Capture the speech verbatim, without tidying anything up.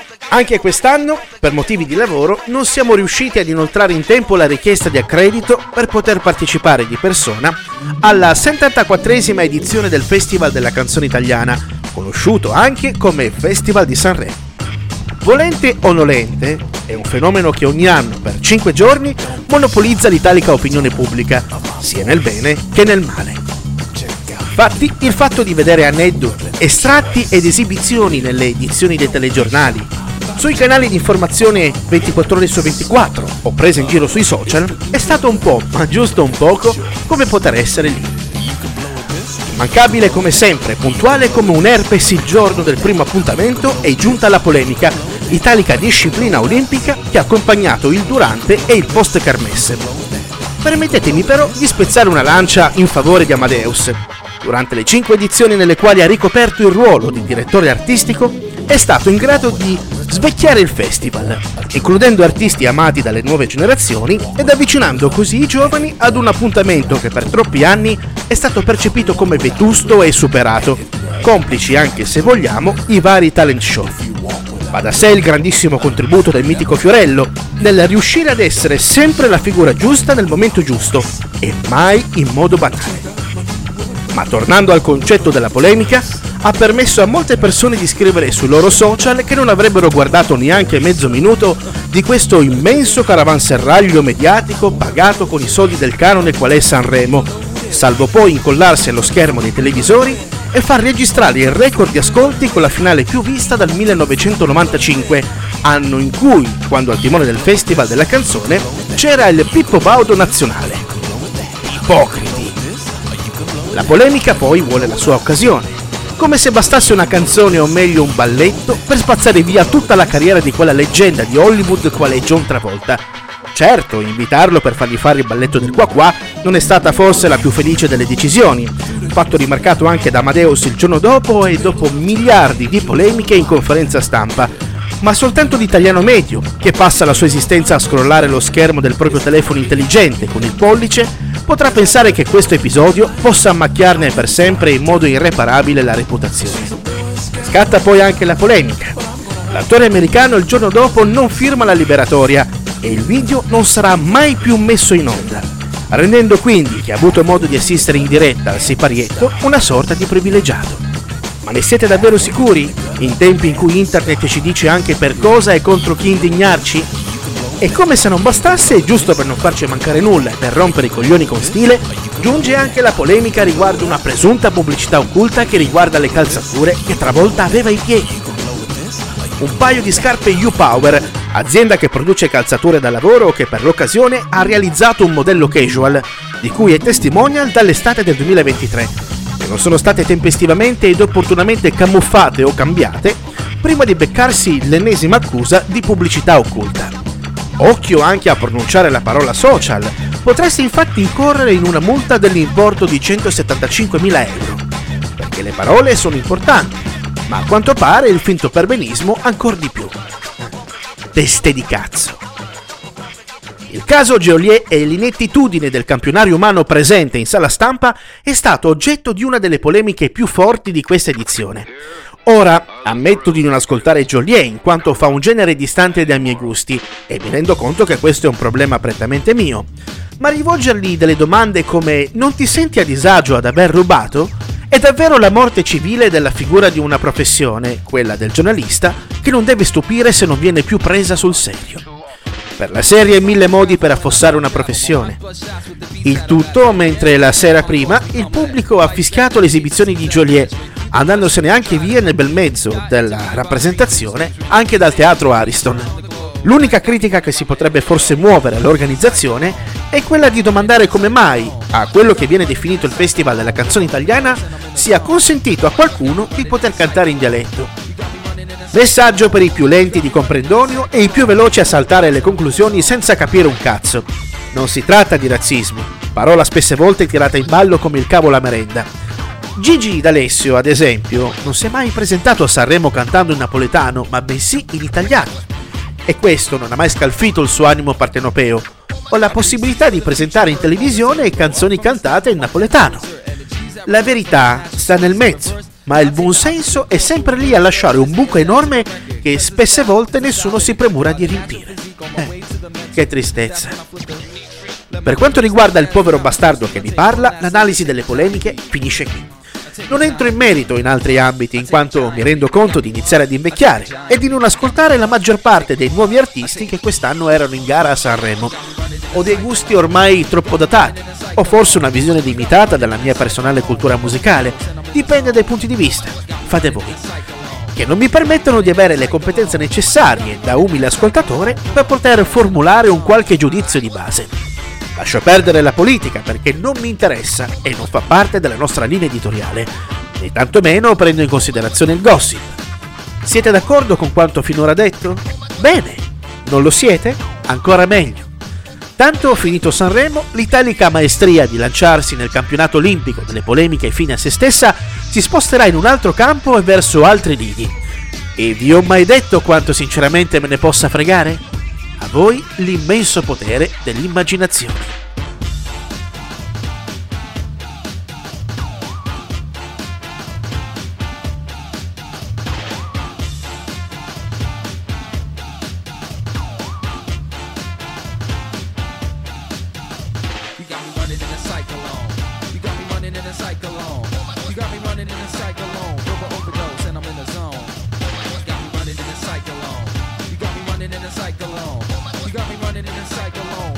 Anche quest'anno, per motivi di lavoro, non siamo riusciti ad inoltrare in tempo la richiesta di accredito per poter partecipare di persona alla settantaquattresima edizione del Festival della Canzone Italiana, conosciuto anche come Festival di Sanremo. Volente o nolente, è un fenomeno che ogni anno, per cinque giorni, monopolizza l'italica opinione pubblica, sia nel bene che nel male. Infatti, il fatto di vedere aneddoti, estratti ed esibizioni nelle edizioni dei telegiornali, sui canali di informazione ventiquattro ore su ventiquattro o prese in giro sui social, è stato un po', ma giusto un poco, come poter essere lì. Immancabile come sempre, puntuale come un herpes il giorno del primo appuntamento, è giunta la polemica, italica disciplina olimpica che ha accompagnato il durante e il post kermesse. Permettetemi però di spezzare una lancia in favore di Amadeus. Durante le cinque edizioni nelle quali ha ricoperto il ruolo di direttore artistico, è stato in grado di svecchiare il festival, includendo artisti amati dalle nuove generazioni ed avvicinando così i giovani ad un appuntamento che per troppi anni è stato percepito come vetusto e superato, complici anche se vogliamo i vari talent show. Va da sé il grandissimo contributo del mitico Fiorello nel riuscire ad essere sempre la figura giusta nel momento giusto e mai in modo banale. Ma tornando al concetto della polemica, ha permesso a molte persone di scrivere sui loro social che non avrebbero guardato neanche mezzo minuto di questo immenso caravanserraglio mediatico pagato con i soldi del canone qual è Sanremo, salvo poi incollarsi allo schermo dei televisori e far registrare il record di ascolti con la finale più vista dal millenovecentonovantacinque, anno in cui, quando al timone del Festival della Canzone, c'era il Pippo Baudo nazionale. Ipocriti! La polemica poi vuole la sua occasione, come se bastasse una canzone o meglio un balletto per spazzare via tutta la carriera di quella leggenda di Hollywood qual è John Travolta. Certo, invitarlo per fargli fare il balletto del qua qua non è stata forse la più felice delle decisioni, fatto rimarcato anche da Amadeus il giorno dopo e dopo miliardi di polemiche in conferenza stampa, ma soltanto l'italiano medio, che passa la sua esistenza a scrollare lo schermo del proprio telefono intelligente con il pollice, potrà pensare che questo episodio possa ammacchiarne per sempre in modo irreparabile la reputazione. Scatta poi anche la polemica. L'attore americano il giorno dopo non firma la liberatoria e il video non sarà mai più messo in onda, rendendo quindi chi ha avuto modo di assistere in diretta al siparietto una sorta di privilegiato. Ma ne siete davvero sicuri? In tempi in cui internet ci dice anche per cosa e contro chi indignarci? E come se non bastasse, giusto per non farci mancare nulla e per rompere i coglioni con stile, giunge anche la polemica riguardo una presunta pubblicità occulta che riguarda le calzature che Travolta aveva ai piedi. Un paio di scarpe U-Power, azienda che produce calzature da lavoro che per l'occasione ha realizzato un modello casual, di cui è testimonial dall'estate del duemilaventitré, che non sono state tempestivamente ed opportunamente camuffate o cambiate prima di beccarsi l'ennesima accusa di pubblicità occulta. Occhio anche a pronunciare la parola social, potreste infatti incorrere in una multa dell'importo di centosettantacinquemila euro, perché le parole sono importanti, ma a quanto pare il finto perbenismo ancor di più. Teste di cazzo. Il caso Geolier e l'inettitudine del campionario umano presente in sala stampa è stato oggetto di una delle polemiche più forti di questa edizione. Ora, ammetto di non ascoltare Geolier in quanto fa un genere distante dai miei gusti e mi rendo conto che questo è un problema prettamente mio, ma rivolgergli delle domande come «non ti senti a disagio ad aver rubato?» è davvero la morte civile della figura di una professione, quella del giornalista, che non deve stupire se non viene più presa sul serio. Per la serie mille modi per affossare una professione. Il tutto mentre la sera prima il pubblico ha fischiato le esibizioni di Geolier, andandosene anche via nel bel mezzo della rappresentazione anche dal teatro Ariston. L'unica critica che si potrebbe forse muovere all'organizzazione è quella di domandare come mai, a quello che viene definito il Festival della Canzone Italiana, sia consentito a qualcuno di poter cantare in dialetto. Messaggio per i più lenti di comprendonio e i più veloci a saltare le conclusioni senza capire un cazzo. Non si tratta di razzismo, parola spesse volte tirata in ballo come il cavo alla merenda. Gigi D'Alessio, ad esempio, non si è mai presentato a Sanremo cantando in napoletano, ma bensì in italiano. E questo non ha mai scalfito il suo animo partenopeo, o la possibilità di presentare in televisione canzoni cantate in napoletano. La verità sta nel mezzo. ma il buonsenso è sempre lì a lasciare un buco enorme che spesse volte nessuno si premura di riempire. Eh, che tristezza. Per quanto riguarda il povero bastardo che vi parla, l'analisi delle polemiche finisce qui. Non entro in merito in altri ambiti, in quanto mi rendo conto di iniziare ad invecchiare e di non ascoltare la maggior parte dei nuovi artisti che quest'anno erano in gara a Sanremo. Ho dei gusti ormai troppo datati, o forse una visione limitata dalla mia personale cultura musicale, dipende dai punti di vista, fate voi, che non mi permettono di avere le competenze necessarie da umile ascoltatore per poter formulare un qualche giudizio di base. Lascio perdere la politica perché non mi interessa e non fa parte della nostra linea editoriale, né tantomeno prendo in considerazione il gossip. Siete d'accordo con quanto finora detto? Bene, non lo siete? Ancora meglio. Tanto finito Sanremo, l'italica maestria di lanciarsi nel campionato olimpico delle polemiche fine a se stessa si sposterà in un altro campo e verso altri lidi. E vi ho mai detto quanto sinceramente me ne possa fregare? A voi l'immenso potere dell'immaginazione. You got me running in a cyclone.